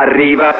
Arriva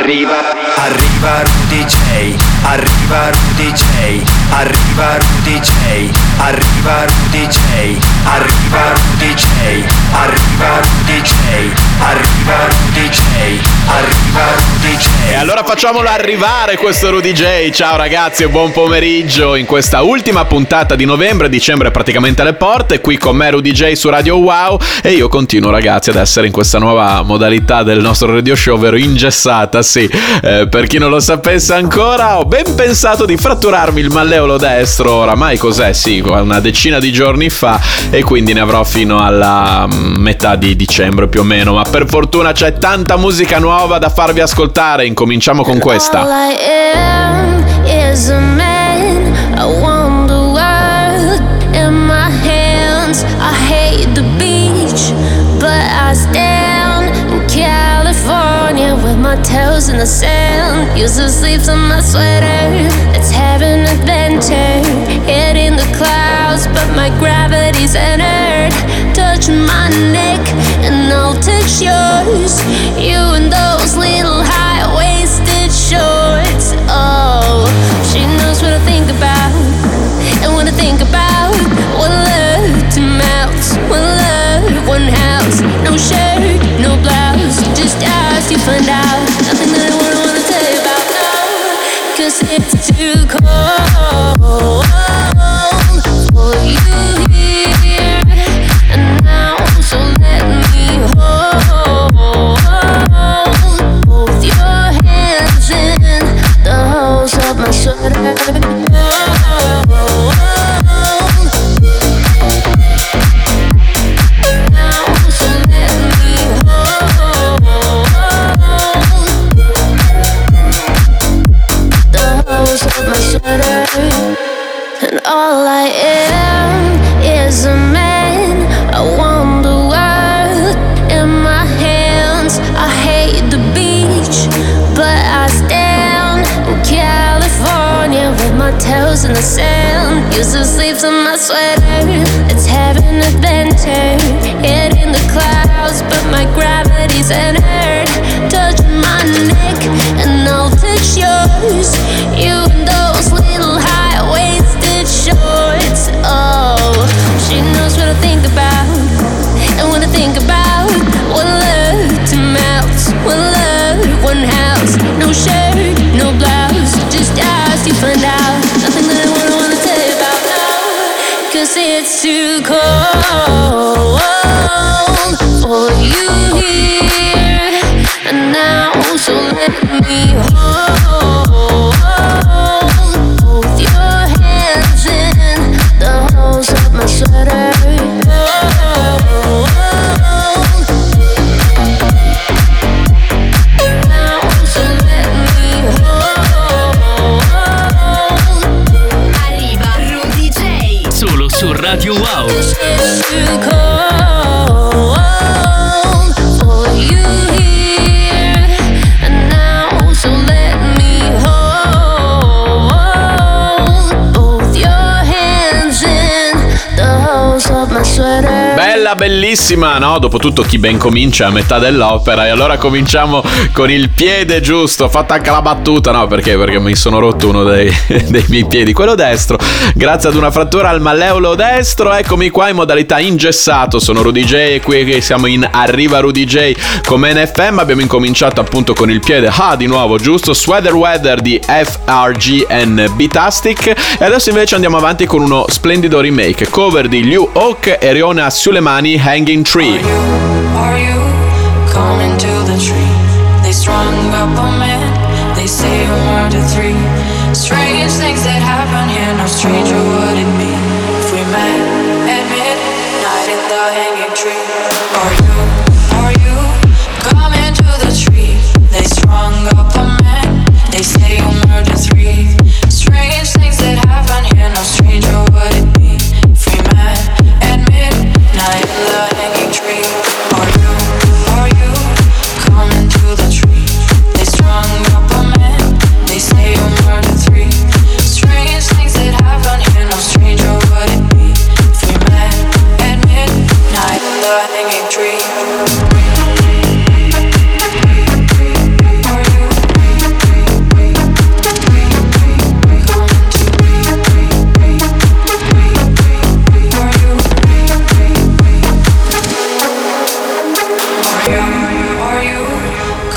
Rudy J, arriva Rudy J, arriva Rudy J, arriva Rudy J, arriva Rudy J, arriva Rudy J, arriva Rudy J, arriva Rudy J. E allora facciamolo arrivare questo Rudy J. Ciao ragazzi e buon pomeriggio in questa ultima puntata di novembre. Dicembre è praticamente alle porte, qui con me Rudy J su Radio Wow, e io continuo ragazzi ad essere in questa nuova modalità del nostro radio show, ovvero ingessata, sì. Per chi non lo sapesse ancora, ho ben pensato di fratturarmi il malleolo destro, oramai cos'è? Sì, una decina di giorni fa, e quindi ne avrò fino alla metà di dicembre più o meno, ma per fortuna c'è tanta musica nuova da farvi ascoltare. Incominciamo con questa. All I am is a man. I want the world in my hands. I hate the beach, but I stand in California with my toes in the sand. Use the sleeves of my sweater. Let's have an adventure. Head in the clouds, but my gravity's entered. Touch my neck and I'll touch yours. You and those little high-waisted shorts. Oh, she knows what I think about and what I think about. One love, two mouths, one love, one house. No shirt, no blouse, just as you find out. Nothing that I wanna tell you about now, 'cause it's too cold for you here and now. So let me hold both your hands in the holes of my sweater. Now, so let me hold the holes of my sweater. And all I am is a man. I want the world in my hands. I hate the beach, but I stand in California with my toes in the sand. Use the sleeves of my sweater. Let's have an adventure. Head in the clouds, but my gravity's entered. Touch my neck and I'll touch yours. You and those little high-waisted shorts. Oh, she knows what I think about and what I think about. One love, two mouths, one love, one house. No shirt, no blouse, just as you find out. Nothing that I wanna tell you about now, 'cause it's too cold for you here and now. So let me hold both your hands in the holes of my sweater. Now, so let me hold. Arriva Rudy J solo su Radio Wow. It's too cold for you here and now. So let me hold both your hands in the holes of my sweater. Bella, bellissima, no? Dopotutto chi ben comincia a metà dell'opera, e allora cominciamo con il piede giusto. Fatta anche la battuta, no? Perché mi sono rotto uno dei miei piedi, quello destro, grazie ad una frattura al malleolo destro. Eccomi qua in modalità ingessato, sono Rudy J e qui che siamo in Arriva Rudy J come NFM. Abbiamo incominciato appunto con il piede, di nuovo giusto, Sweater Weather di FRG and Beatastic, e adesso invece andiamo avanti con uno splendido remake, cover di Liu Oak e Riona Sulemani, Hanging Tree. Are you coming to the tree? They strung up a man, they say a murder three. Strange things that happen here, no stranger would it be if we met at midnight in the hanging tree. Are you coming to the tree? They strung up a man, they say a murder three. Strange things that happen here, no stranger would it be if we met at midnight in the hanging tree. Are you coming to the tree? They strung up a man, they say a murder three. Strange things that happen here, no stranger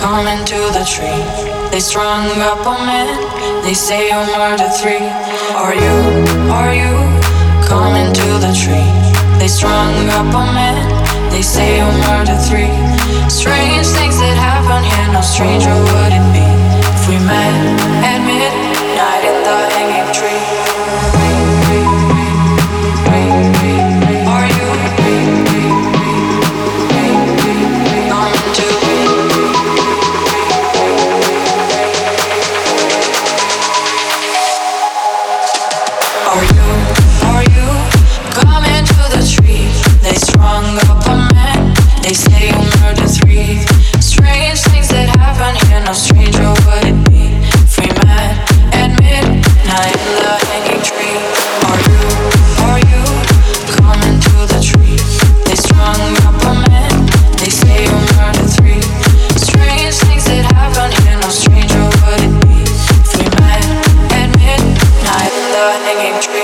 coming to the tree. They strung up a man, they say you'll murder three. Are you coming to the tree? They strung up a man, they say you'll murder three. Strange things that happen here, no stranger would it be if we met at midnight in the hanging tree. Are you coming to Are you coming to the tree? They strung up a man, they say you murder three. Strange things that happen here, no stranger would it be if we met at midnight in the hanging tree. Are you coming to the tree? They strung up a man, they say you murder three. Strange things that happen here, no stranger would it be if we met at midnight in the hanging tree.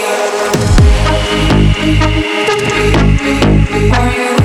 Are you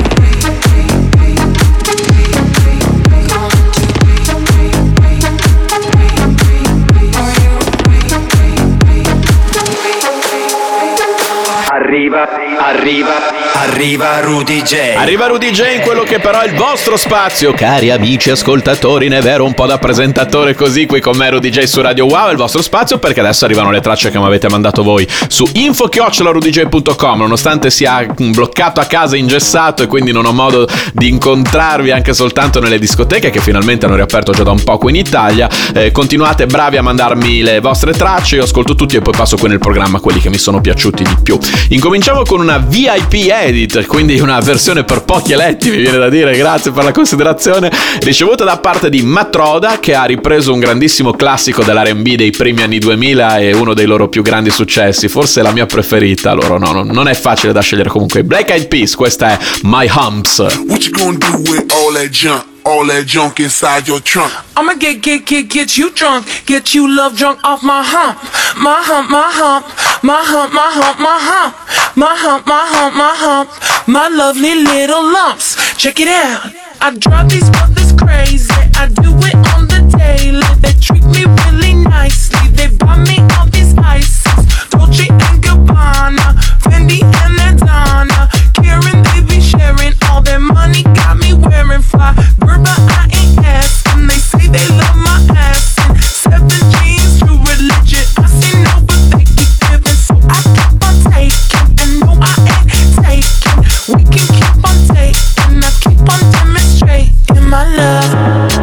Arriva Rudy J. Arriva Rudy J in quello che però è il vostro spazio, cari amici ascoltatori, ne è vero un po' da presentatore così qui con me Rudy J su Radio Wow, è il vostro spazio perché adesso arrivano le tracce che mi avete mandato voi su info@rudyj.com. Nonostante sia bloccato a casa, ingessato e quindi non ho modo di incontrarvi anche soltanto nelle discoteche che finalmente hanno riaperto già da un po' qui in Italia, continuate bravi a mandarmi le vostre tracce, io ascolto tutti e poi passo qui nel programma quelli che mi sono piaciuti di più. Incominciamo con una VIP edit, quindi una versione per pochi eletti, mi viene da dire, grazie per la considerazione, ricevuta da parte di Matroda, che ha ripreso un grandissimo classico dell'R&B dei primi anni 2000 e uno dei loro più grandi successi, forse la mia preferita loro, no, non è facile da scegliere comunque. Black Eyed Peas, questa è My Humps. What you gonna do with all that junk? All that junk inside your trunk. I'ma get you drunk, get you love drunk off my hump, my hump, my hump, my hump, my hump, my hump, my hump, my hump, my hump, my lovely little lumps. Check it out. I drive these brothers crazy. I do it on the daily. They treat me really nicely. They buy me all these ices, Dolce and Gabbana, Fendi and Adana. Karen, they be sharing all their money. Got me wearing fly. But I ain't asking. They say they love my ass and 7 jeans, true religion. I say no, but they keep giving, so I keep on taking. And no, I ain't taking. We can keep on taking. I keep on demonstrating my love.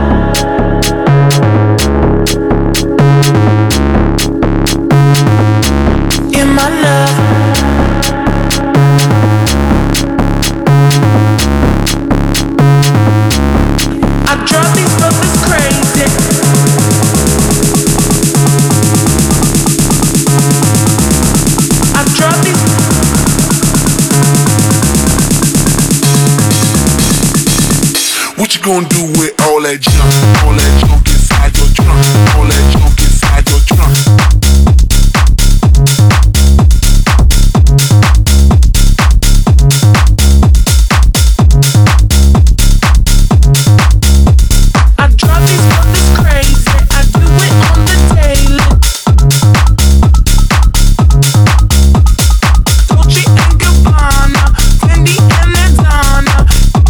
In my love. What you gonna do with all that junk? All that junk inside your trunk. All that junk inside your trunk. I drive these brothers crazy. I do it on the daily. Dolce and Gabbana, Fendi and Adana.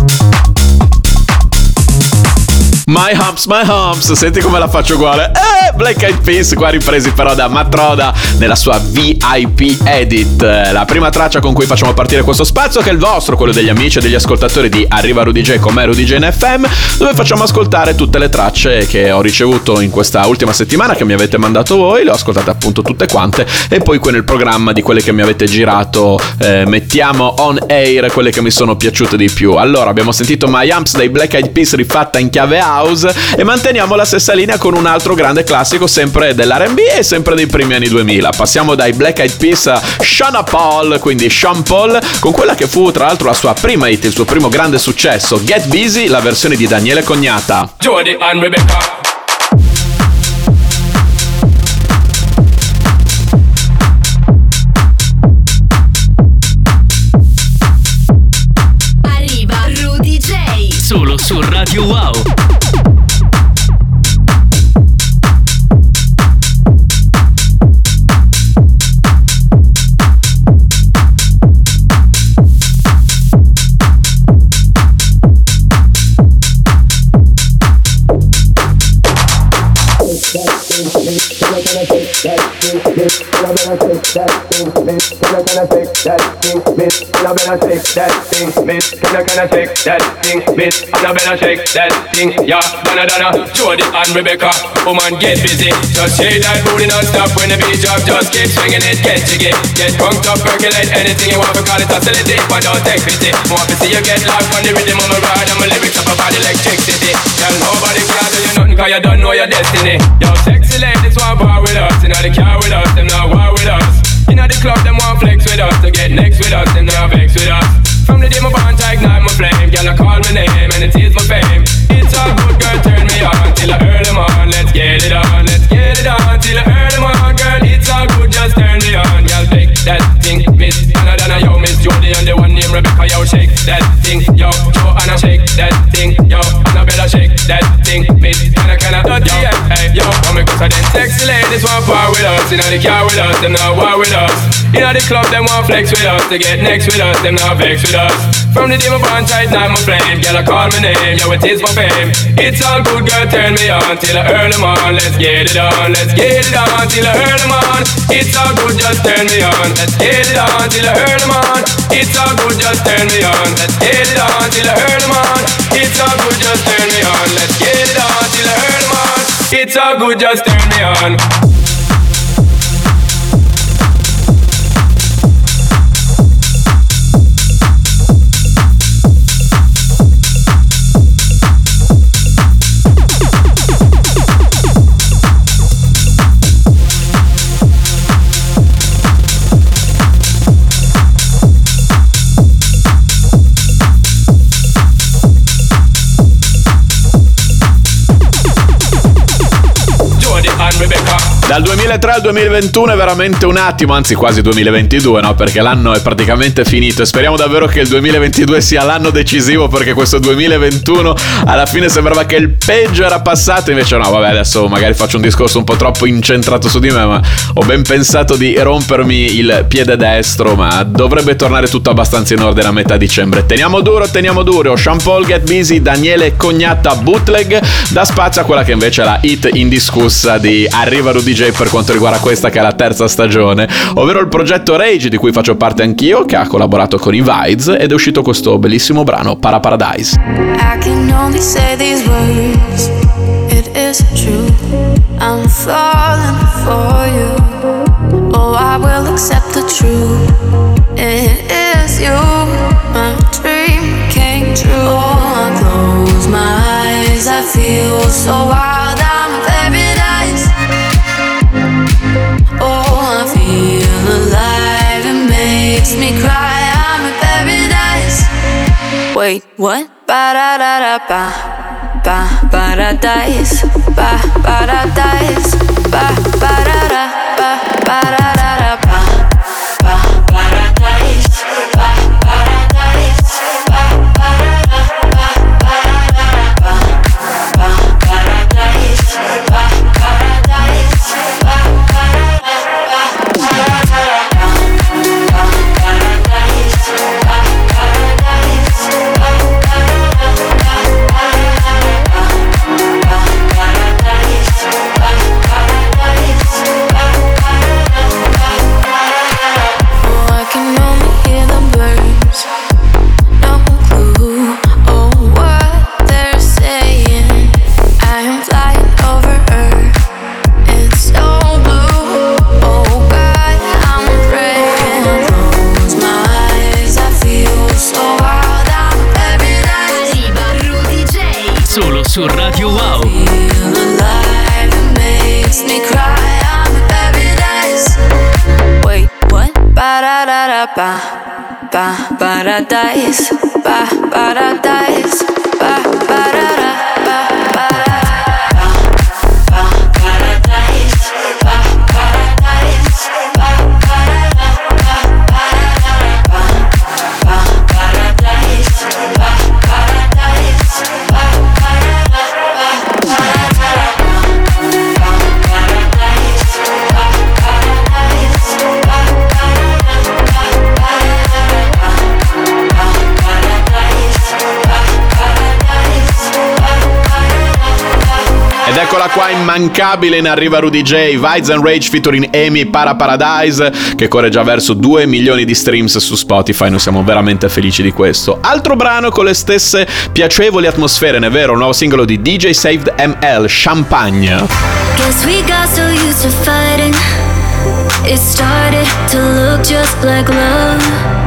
My Humps, senti come la faccio uguale. Black Eyed Peas, qua ripresi però da Matroda nella sua VIP edit. La prima traccia con cui facciamo partire questo spazio, che è il vostro, quello degli amici e degli ascoltatori di Arriva Rudy J con me Rudy J in FM, dove facciamo ascoltare tutte le tracce che ho ricevuto in questa ultima settimana, che mi avete mandato voi, le ho ascoltate appunto tutte quante, e poi qui nel programma di quelle che mi avete girato mettiamo on air quelle che mi sono piaciute di più. Allora abbiamo sentito My Humps dei Black Eyed Peas rifatta in chiave house, e manteniamo la stessa linea con un altro grande classico sempre dell'R&B e sempre dei primi anni 2000. Passiamo dai Black Eyed Peas a Sean Paul, quindi Sean Paul, con quella che fu tra l'altro la sua prima hit, il suo primo grande successo, Get Busy, la versione di Daniele Cognata. Jody and Rebecca. Arriva Rudy J solo su Radio Wow. Miss, and I better take that thing. Miss, can I take that thing? Miss, and I better take that thing. Miss, can I take that thing? Miss, and I better shake that thing. Yeah, Donna, Jody and Rebecca, woman get busy. Just shake that booty non-stop when the beat drop. Just keep swinging it, get jiggy. Get drunk up, percolate anything you want to call it hostility, but don't take pity. Want to see you get lost on the rhythm of my ride and my lyrics up about electricity. Tell nobody can do you nothing cause you don't know your destiny. Yo, sexy ladies want bar with us, inna the car with us, them not war with us. Inna the club, them want flex with us, to get next with us, them not vex with us. From the day my bond to ignite my flame, girl I call my name and it is my fame. It's all good, girl, turn me on till I earn them on. Let's get it on, let's get it on till I earn them on. Girl, it's all good, just turn me on. Girl, take that thing, Miss Donna, yo, Miss Jody and the one named Rebecca, yo, shake that thing, yo, Joanna, shake that thing, yo, Annabella, shake that thing, Miss Donna, yo, hey, yo, come because I then sexy ladies want bar with us, inna the car with us, them not war with us. Inna the club, them want flex with us, to get next with us, them not vex with us. From the day my bond tight, night my flame, girl I call my name, yo, it is my fame. It's all good, girl, turn me on till I earn them on. Let's get it on, let's get it on till I earn them on. It's all good, just turn me on. Let's get it on till I earn them on. It's all good, just turn me on. Let's get it on till I earn them on. It's all good, just turn me on. Let's get it on till I earn them on. It's all good, just turn me on. Dal 2003 al 2021 è veramente un attimo, anzi quasi 2022, no? Perché l'anno è praticamente finito e speriamo davvero che il 2022 sia l'anno decisivo, perché questo 2021 alla fine sembrava che il peggio era passato, invece no, vabbè, adesso magari faccio un discorso un po' troppo incentrato su di me, ma ho ben pensato di rompermi il piede destro, ma dovrebbe tornare tutto abbastanza in ordine a metà dicembre. Teniamo duro, Sean Paul, Get Busy, Daniele Cognatta, Bootleg, dà spazio a quella che invece è la hit indiscussa di Arriva Rudy J per quanto riguarda questa che è la terza stagione, ovvero il progetto Rage di cui faccio parte anch'io, che ha collaborato con i Vides, ed è uscito questo bellissimo brano, Para Paradise. I can only say these words, it is true, I'm falling for you, oh I will accept the truth, it is you, my dream came true, oh I close my eyes, I feel so wild, I'm in paradise. Oh, I feel alive, it makes me cry, I'm in paradise. Wait, what? Ba-da-da-da-ba, ba-paradise, ba-paradise, ba-ba-da-da, ba-ba-da-da-da-ba, ba-paradise, ba-paradise, su Radio Wow. Wait, what? Ba-da-da-da-ba, ba-paradise, ba-paradise, ba-ba-da-da, ba-ba-da-da. Ed eccola qua, immancabile, in arriva Rudy J, Vibes and Rage featuring Amy, Para Paradise, che corre già verso 2 milioni di streams su Spotify. Noi siamo veramente felici di questo. Altro brano con le stesse piacevoli atmosfere, ne è vero, un nuovo singolo di DJ Saved ML, Champagne. Guess we got so used to fighting, it started to look just like love.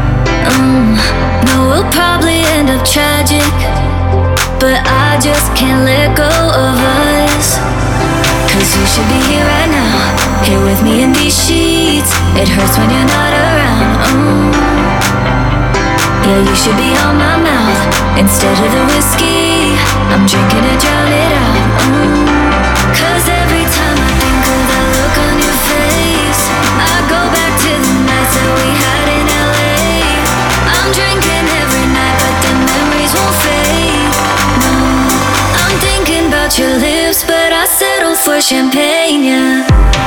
No, we'll probably end up tragic, but I just can't let go of us. Cause you should be here right now, here with me in these sheets. It hurts when you're not around. Yeah, you should be on my mouth instead of the whiskey. I'm drinking to drown it out. Cause every time I think of that look on your face, I go back to the nights that we had in LA. I'm drinking every night, but the memories won't fade. No, I'm thinking about your lips, but I settle for champagne, yeah.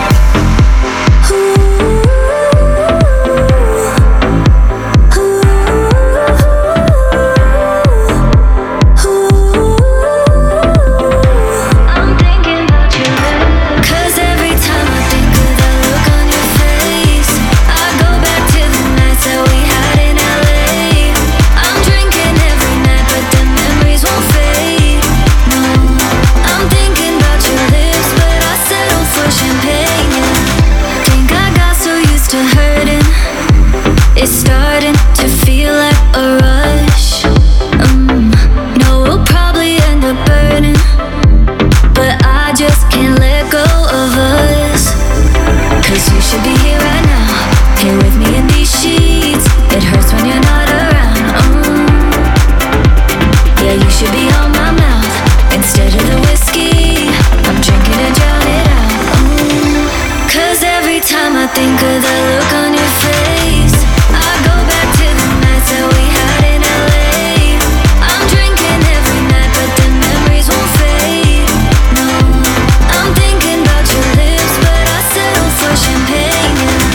It's starting to feel like a rush. No, we'll probably end up burning, but I just can't let go of us. Cause you should be here right now, here with me in these sheets. It hurts when you're not around. Yeah, you should be on my mouth instead of the whiskey. I'm drinking to drown it out. Cause every time I think of that look on your face, I go back to the nights that we had in LA. I'm drinking every night, but the memories won't fade. No, I'm thinking about your lips, but I settle for champagne, yeah.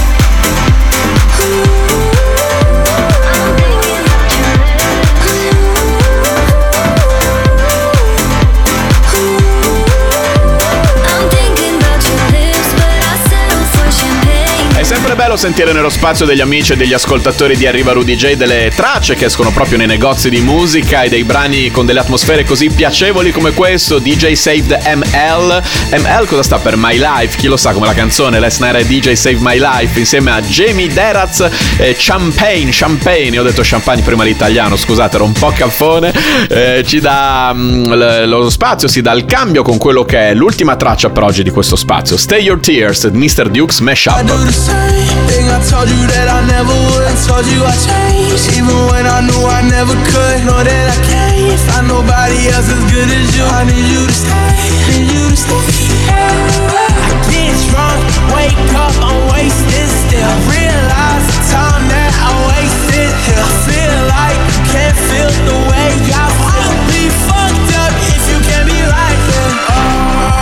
I'm thinking about your lips. I'm thinking about your lips, but I settle for champagne. È sempre bello sentire nello spazio degli amici e degli ascoltatori di Arriva Rudy J delle tracce che escono proprio nei negozi di musica e dei brani con delle atmosfere così piacevoli come questo. DJ Saved ML. ML cosa sta per? My Life, chi lo sa, come la canzone Last Night I DJ Saved My Life, insieme a Jamie Deraz e Champagne. Io ho detto champagne prima l'italiano, scusate, ero un po' caffone. Ci dà lo spazio, si dà il cambio con quello che è l'ultima traccia per oggi di questo spazio, Stay Your Tears, Mr. Dukes Mashup. Thing I told you that I never would. I told you I changed, even when I knew I never could. Know that I can't find nobody else as good as you. I need you to stay, need you to stay. I get drunk, wake up, I'm wasted still. Realize the time that I wasted here. I feel like you can't feel the way I feel. I'll be fucked up if you can't be right here.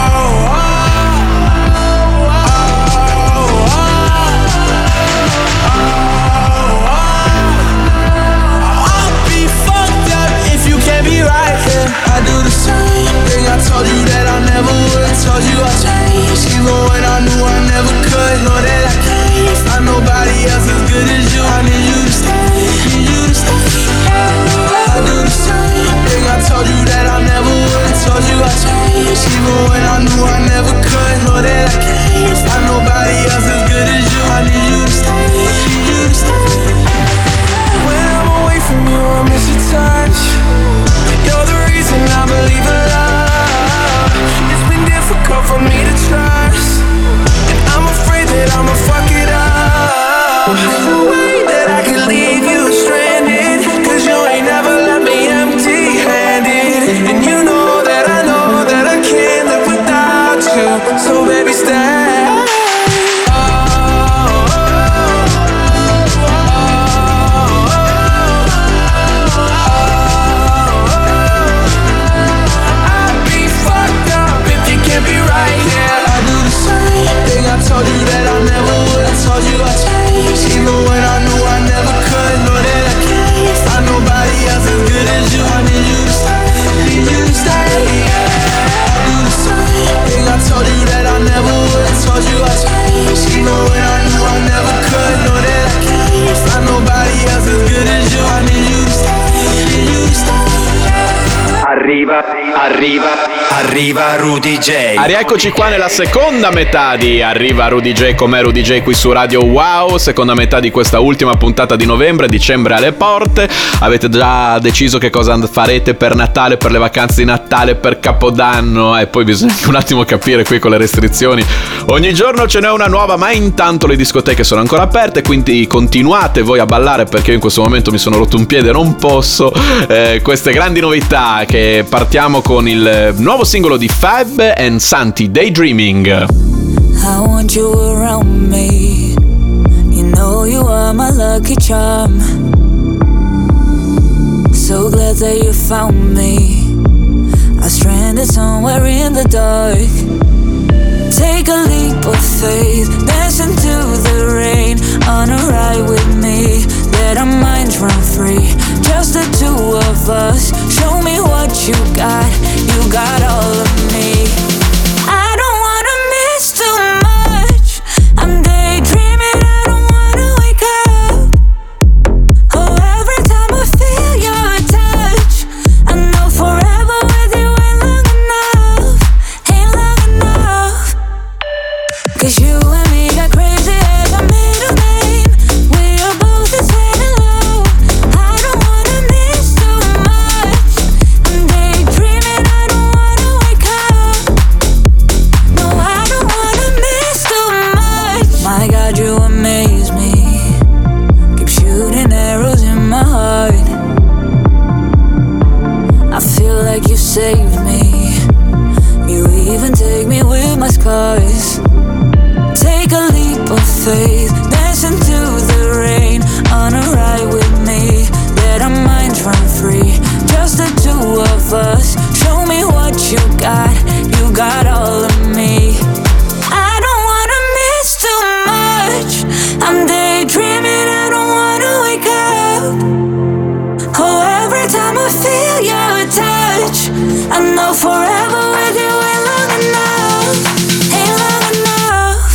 I do the same thing I told you that I never would. I told you I changed, even when I knew I never could. Know that I can't find nobody else as good as you. I need you to stay, need you to stay. I do the same thing I told you that I never would. I told you I changed, even when I knew I never could. Know that I can't find nobody else as good as you. I need you to stay, need you to stay. When I'm away from you, I miss your touch. You're the reason I believe in love. It's been difficult for me to trust, and I'm afraid that I'ma fuck it up. There's no way that I can leave you stranded, cause you ain't never left me empty-handed. And you know that I can't live without you. So baby stay. I told you that I never would. I told you I changed, even when I knew I never could. Know that I can't find nobody else as good as you. I need you to stay, need you to stay. I do the same. Arriva Rudy J. Rieccoci qua nella seconda metà di Arriva Rudy J, com'è Rudy J qui su Radio Wow. Seconda metà di questa ultima puntata di novembre, dicembre alle porte. Avete già deciso che cosa farete per Natale, per le vacanze di Natale, per Capodanno? E poi bisogna un attimo capire qui con le restrizioni. Ogni giorno ce n'è una nuova, ma intanto le discoteche sono ancora aperte, quindi continuate voi a ballare, perché io in questo momento mi sono rotto un piede, non posso. Queste grandi novità, che partiamo con il nuovo singolo di Fab and Santi, Daydreaming. I want you around me. You know you are my lucky charm. So glad that you found me. I stranded somewhere in the dark. Take a leap of faith, dance into the rain. On a ride with me, let our minds run free. Just the two of us, show me what you got. You got all of me. I don't wanna miss too much. I'm daydreaming, I don't wanna wake up. Oh, every time I feel your touch, I know forever with you ain't long enough. Ain't long enough. 'Cause you and me got crazy as a middle name. We are both insane and low. I don't wanna miss too much. I'm daydreaming, I don't wanna wake up. No, I don't wanna miss too much. My God, you amaze me. Keep shooting arrows in my heart. I feel like you saved me. You even take me with my scars. Take a leap of faith, dance into the rain. On a ride with me, let our minds run free. Just the two of us, show me what you got. You got all of me. I don't wanna miss too much. I'm daydreaming, I don't wanna wake up. Oh, every time I feel your touch, I know forever with you ain't long enough. Ain't long enough.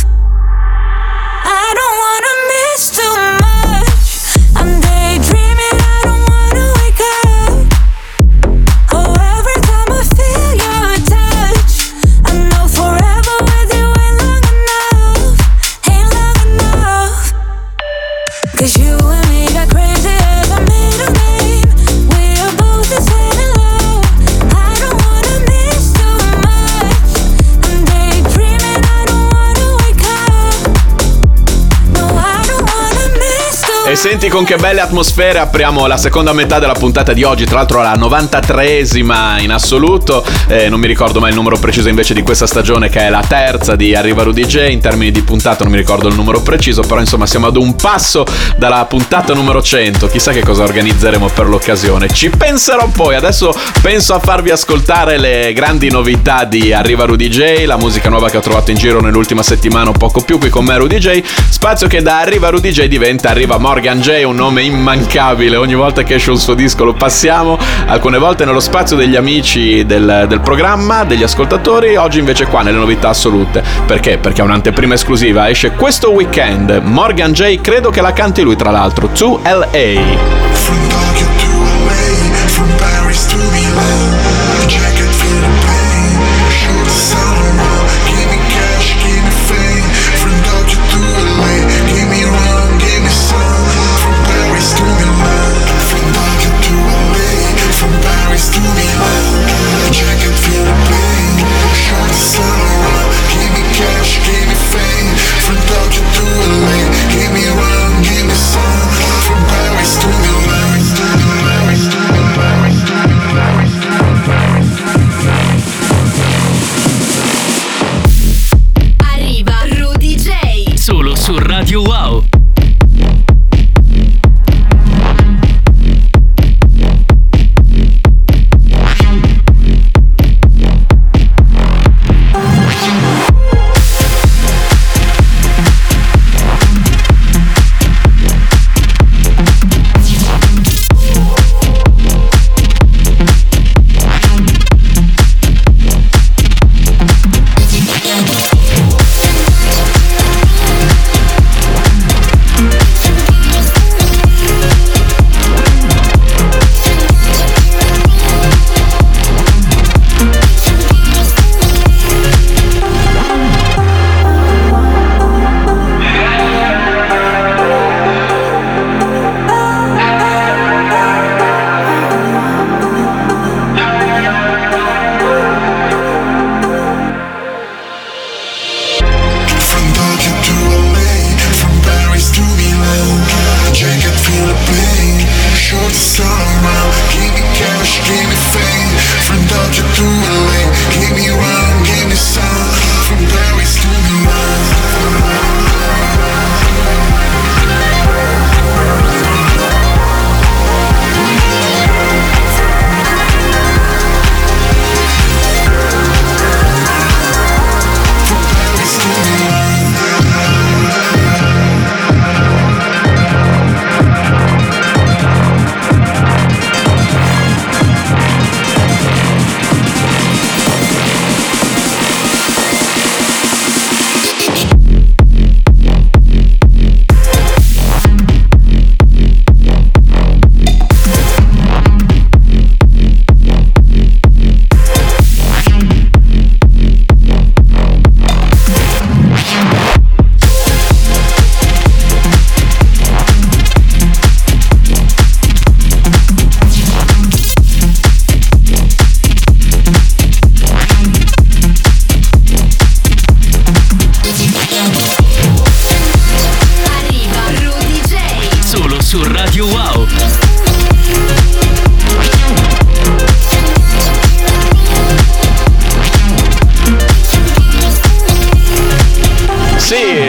I don't wanna miss too much. I'm daydreaming, I don't wanna wake up. Oh, every time I feel your touch, I know forever with you ain't long enough. Ain't long enough. 'Cause you and me got crazy as a middle name. We are both insane and low. I don't wanna miss too much. I'm daydreaming, I don't wanna wake up. No, I don't wanna miss too much. E senti con che belle atmosfere apriamo la seconda metà della puntata di oggi, tra l'altro la 93esima in assoluto. Non mi ricordo mai il numero preciso invece di questa stagione, che è la terza di Arriva Rudy J. In termini di puntata non mi ricordo il numero preciso, però insomma siamo ad un passo dalla puntata numero 100. Chissà che cosa organizzeremo per l'occasione, ci penserò poi. Adesso penso a farvi ascoltare le grandi novità di Arriva Rudy J, la musica nuova che ho trovato in giro nell'ultima settimana, un poco più qui con me Rudy J. Spazio che da Arriva Rudy J diventa Arriva Morgan J, un nome immancabile. Ogni volta che esce un suo disco lo passiamo, alcune volte nello spazio degli amici del programma, degli ascoltatori. Oggi invece qua nelle novità assolute. Perché? Perché è un'anteprima esclusiva, esce questo weekend. Morgan J, credo che la canti lui tra l'altro, To LA. From Tokyo to LA, from Paris to Milan, jacket feel the pain, shoot the sun around, give me cash, give me fame. From Tokyo to LA, give me run, give me sun. From Paris to Milan, from Tokyo to LA, from Paris to Milan, jacket feel the pain, shoot the sun around, give me cash, give me fame. From Tokyo to LA, give me run, give me sun. From Paris to Milan, Paris to Paris to Paris to Paris. Arriva Rudy J. Solo su Radio Wow.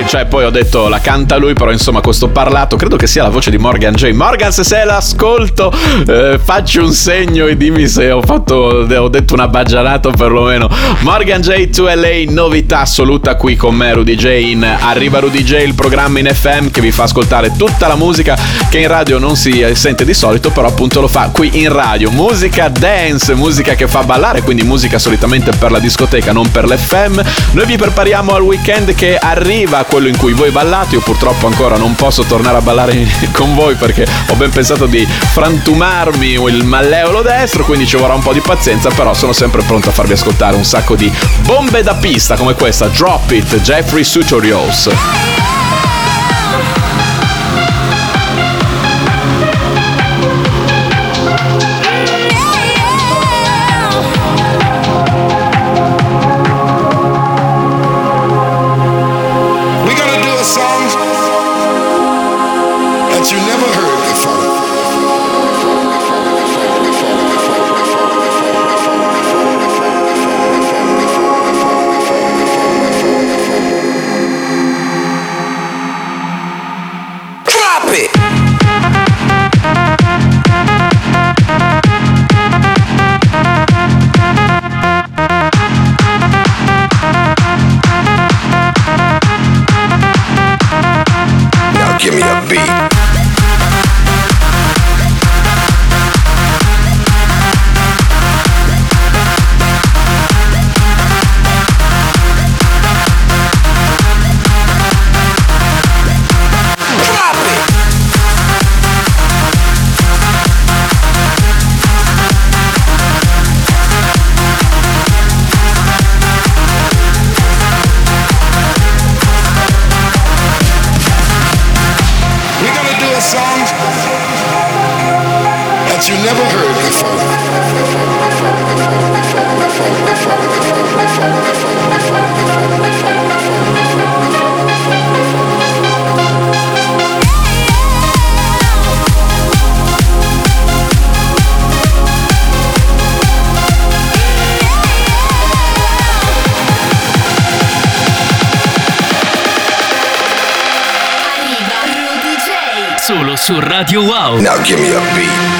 cioè poi ho detto la canta lui, però insomma questo parlato credo che sia la voce di Morgan J. Morgan, se sei l'ascolto, facci un segno e dimmi se ho detto una baggianata perlomeno. Morgan J to LA, novità assoluta qui con me Rudy J in Arriva Rudy J, il programma in FM che vi fa ascoltare tutta la musica che in radio non si sente di solito, però appunto lo fa qui in radio. Musica dance, musica che fa ballare, quindi musica solitamente per la discoteca, non per l'FM. Noi vi prepariamo al weekend che arriva, quello in cui voi ballate. Io purtroppo ancora non posso tornare a ballare con voi perché ho ben pensato di frantumarmi il malleolo destro, quindi ci vorrà un po' di pazienza, però sono sempre pronto a farvi ascoltare un sacco di bombe da pista come questa, Drop It, Jeffrey Sutorios. Solo su Radio Wow. Now give me a beat.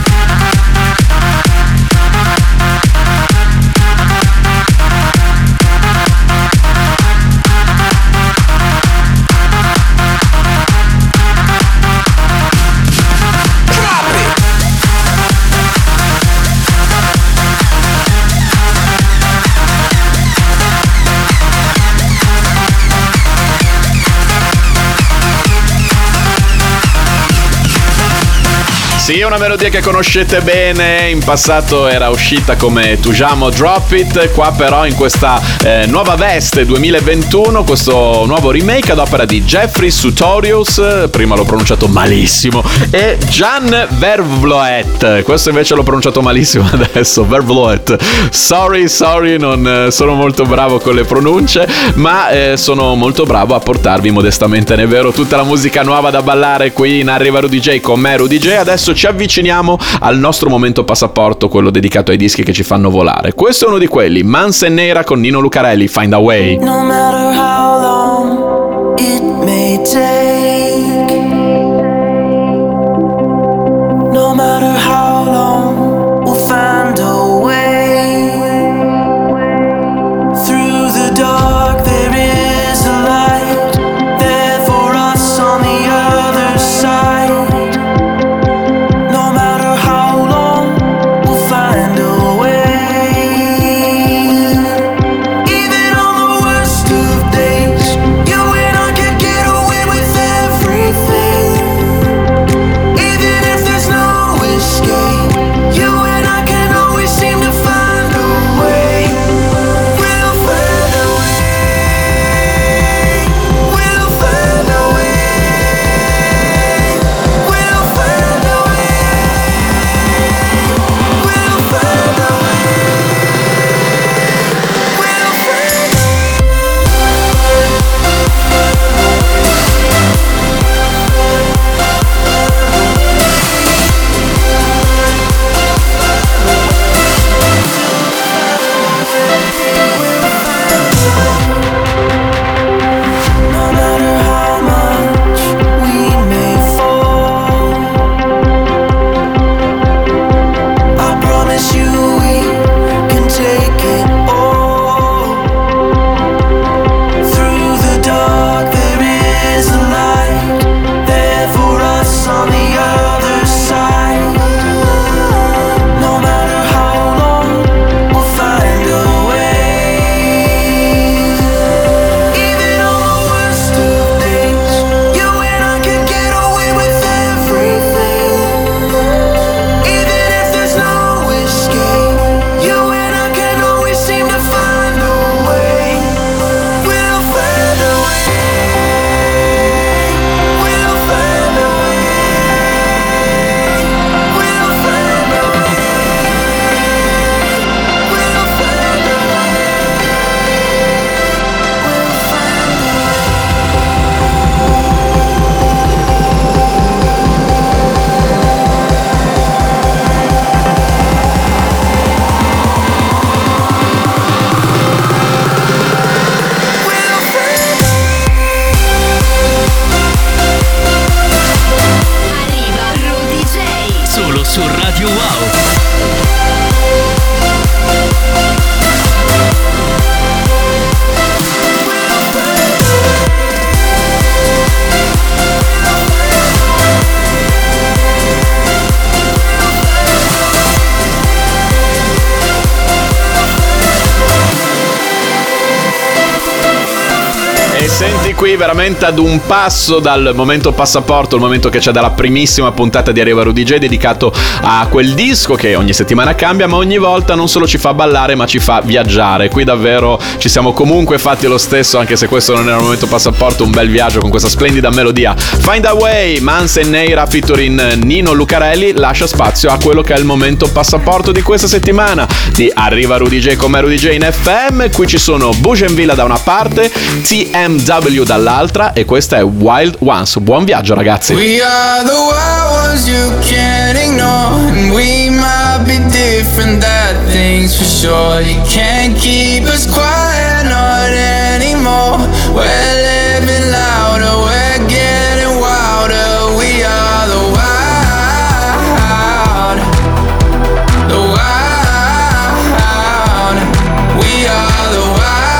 Sì, è una melodia che conoscete bene, in passato era uscita come Tujamo Drop It, qua però in questa nuova veste 2021, questo nuovo remake ad opera di Jeffrey Sutorius, prima l'ho pronunciato malissimo, e Jan Vervloet, questo invece l'ho pronunciato malissimo adesso, Vervloet. Sorry, non sono molto bravo con le pronunce, ma sono molto bravo a portarvi modestamente, ne è vero, tutta la musica nuova da ballare qui in Arriva Rudy J con me Rudy J. Adesso ci avviciniamo al nostro momento passaporto, quello dedicato ai dischi che ci fanno volare. Questo è uno di quelli, Manzanera con Nino Lucarelli, Find a Way. No matter how long it may take, no matter how long we'll find a way. Through the dark there is a light, there for us on the other side. Even on the worst of days, you and I can get away with E senti qui veramente ad un passo dal momento passaporto, il momento che c'è dalla primissima puntata di Arriva Rudy J, dedicato a quel disco che ogni settimana cambia, ma ogni volta non solo ci fa ballare ma ci fa viaggiare. Qui davvero ci siamo comunque fatti lo stesso, anche se questo non era il momento passaporto, un bel viaggio con questa splendida melodia. Find a Way, Mans e Neira featuring Nino Lucarelli, lascia spazio a quello che è il momento passaporto di questa settimana di Arriva Rudy J come Rudy J in FM. Qui ci sono Bougainville da una parte, TMW dall'altra, e questa è Wild Ones. Buon viaggio ragazzi. We are the wild ones you can't ignore, and we might be different, that thing's for sure. You can't keep us quiet, not anymore. We're living louder, we're getting wilder. We are the wild, the wild. We are the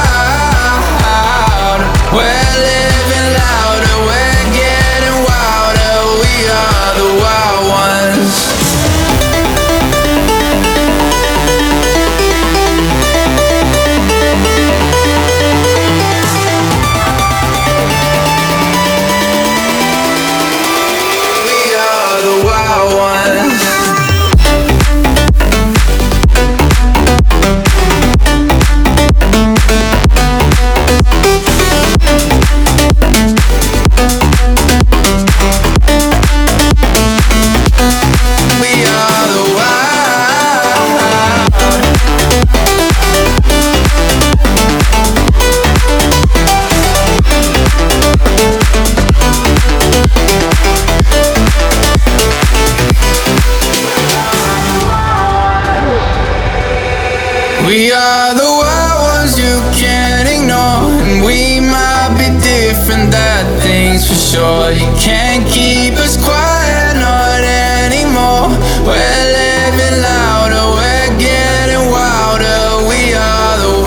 wild. We're living louder, we're getting wilder. We are the wild ones. We are the wild ones you can't ignore, and we might be different, that thing's for sure. You can't keep us quiet, not anymore. We're living louder, we're getting wilder. We are the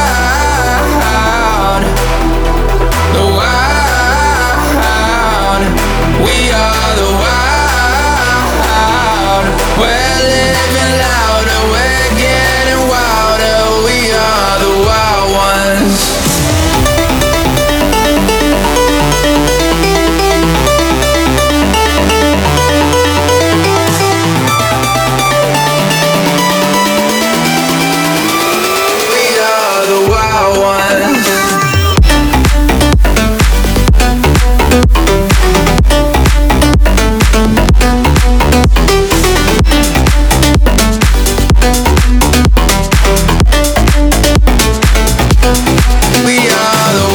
wild, the wild. We are the wild. We're living louder, we're getting wilder. We are the wild ones. We are the wild ones. We are the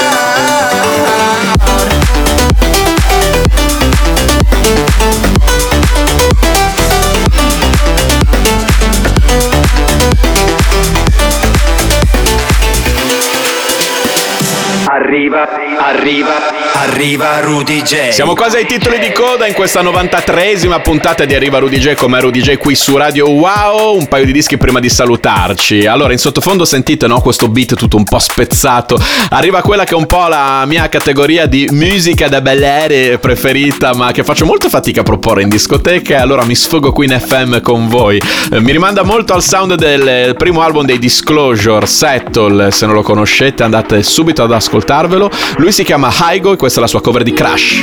Arriva Rudy J. Siamo quasi ai titoli di coda in questa 93esima puntata di Arriva Rudy J come Rudy J qui su Radio Wow. Un paio di dischi prima di salutarci. Allora, in sottofondo sentite, no, questo beat tutto un po' spezzato. Arriva quella che è un po' la mia categoria di musica da ballare preferita, ma che faccio molta fatica a proporre in discoteca, allora mi sfogo qui in FM con voi. Mi rimanda molto al sound del primo album dei Disclosure, Settle. Se non lo conoscete andate subito ad ascoltarvelo. Lui si chiama Hygo e questa è la sua cover di Crash.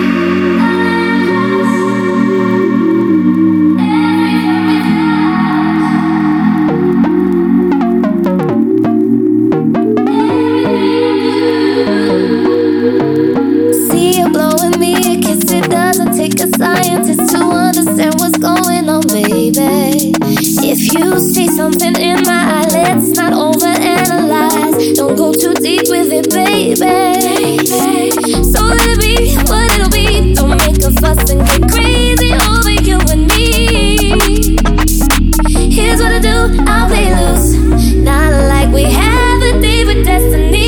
See you blowing me a kiss, it doesn't take a scientist to understand what's going on, baby. If you see something in my eye, let's not overanalyze. Don't go too deep with it, baby. So let it be what it'll be. Don't make a fuss and get crazy over you and me. Here's what I do, I'll play loose. Not like we have a date with destiny.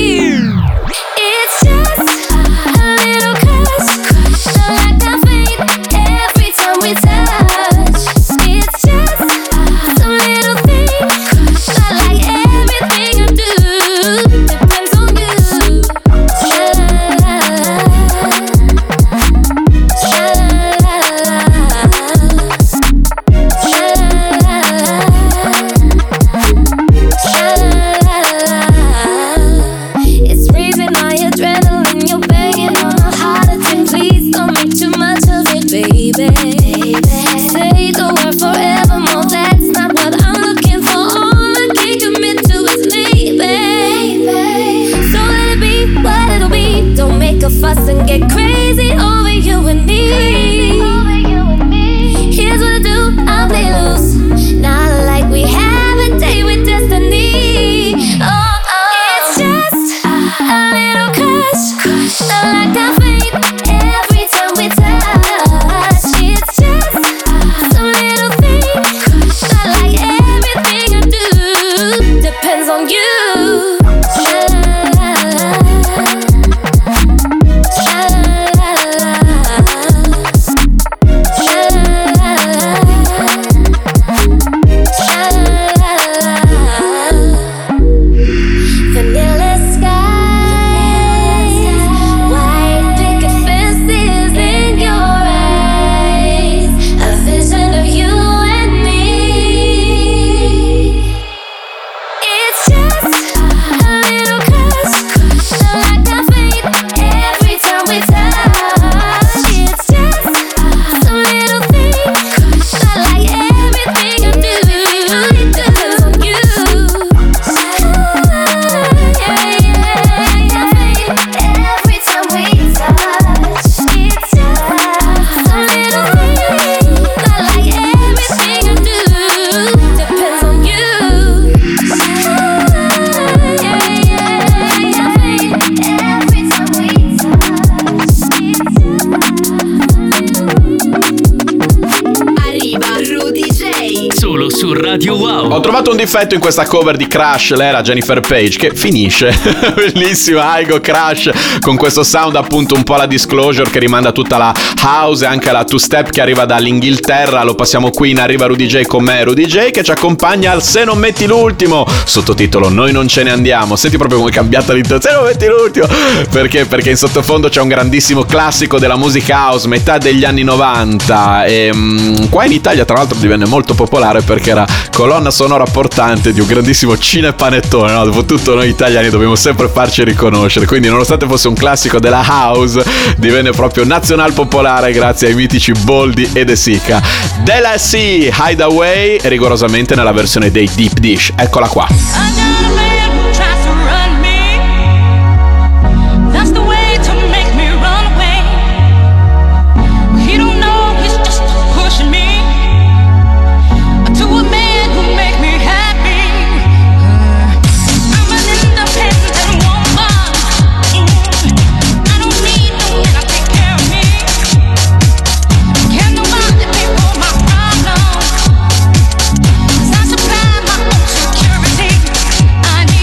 It's just a little crush, like I faint every time we touch. It's just some little thing, but like everything I do depends on you. fuss and get crazy over you and me. Here's what I do, I'll play loose. Not like we have a date with destiny. Oh, it's just a little crush, like caffeine every time we touch. It's just some little thing, not like everything I do depends on you. Ho trovato un difetto in questa cover di Crash, l'era Jennifer Page, che finisce. Bellissima, I Go Crash, con questo sound appunto un po' alla Disclosure che rimanda tutta la house e anche la two-step che arriva dall'Inghilterra. Lo passiamo qui in Arriva Rudy J con me, Rudy J, che ci accompagna al Se non metti l'ultimo, sottotitolo Noi non ce ne andiamo. Senti proprio come è cambiata l'intro, Se non metti l'ultimo. Perché in sottofondo c'è un grandissimo classico della musica house, metà degli anni 90, e qua in Italia tra l'altro divenne molto popolare perché era colonna sonora portante di un grandissimo cinepanettone, no? Dopotutto noi italiani dobbiamo sempre farci riconoscere, quindi nonostante fosse un classico della house divenne proprio nazional popolare grazie ai mitici Boldy e De Sica. Della C, Hideaway, rigorosamente nella versione dei Deep Dish. Eccola qua. I need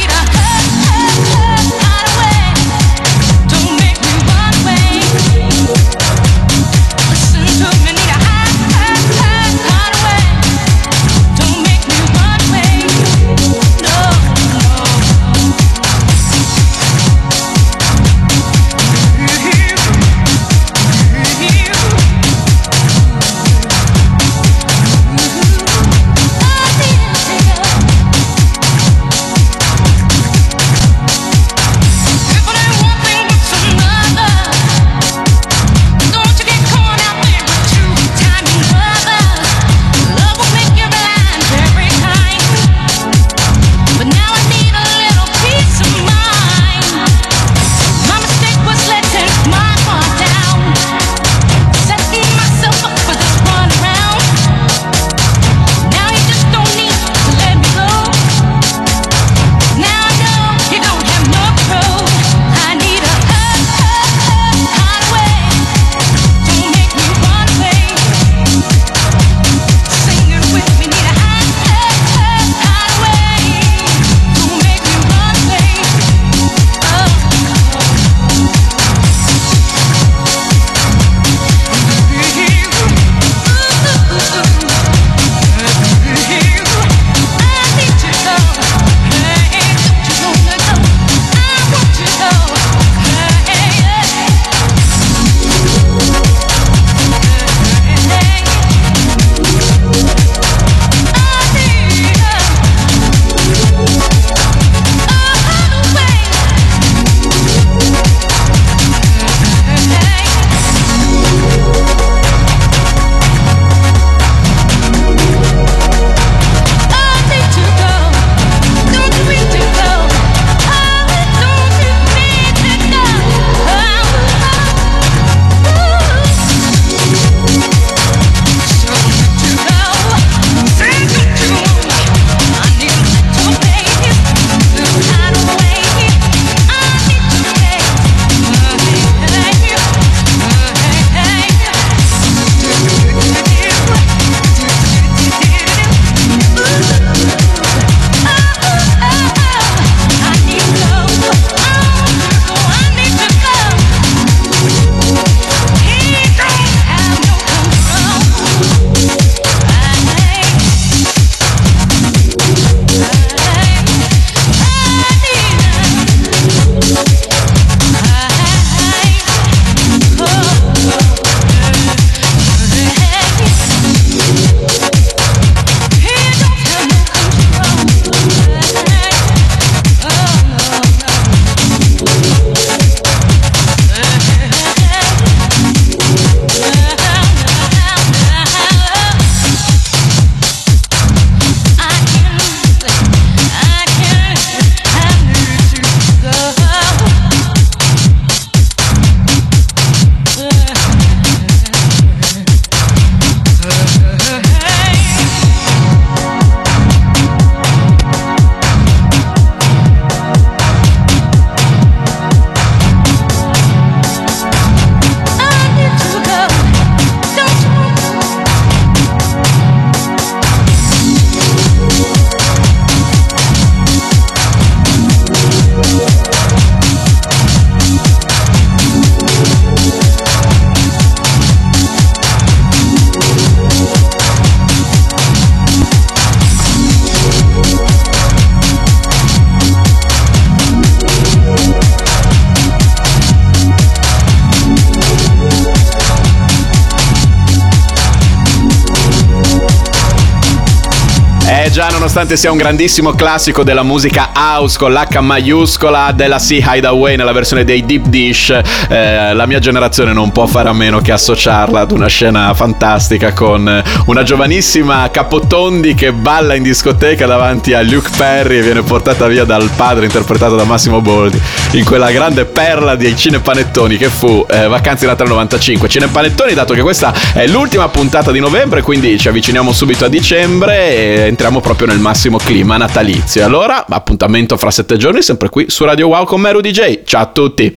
già, nonostante sia un grandissimo classico della musica house con l'H maiuscola della Sea Hideaway nella versione dei Deep Dish, la mia generazione non può fare a meno che associarla ad una scena fantastica con una giovanissima Capotondi che balla in discoteca davanti a Luke Perry e viene portata via dal padre interpretato da Massimo Boldi in quella grande perla dei cinepanettoni che fu Vacanze di Natale 95. Cinepanettoni, dato che questa è l'ultima puntata di novembre, quindi ci avviciniamo subito a dicembre e entriamo proprio nel massimo clima natalizio. Allora, appuntamento fra 7 giorni sempre qui su Radio Wow con me Rudy J. Ciao a tutti.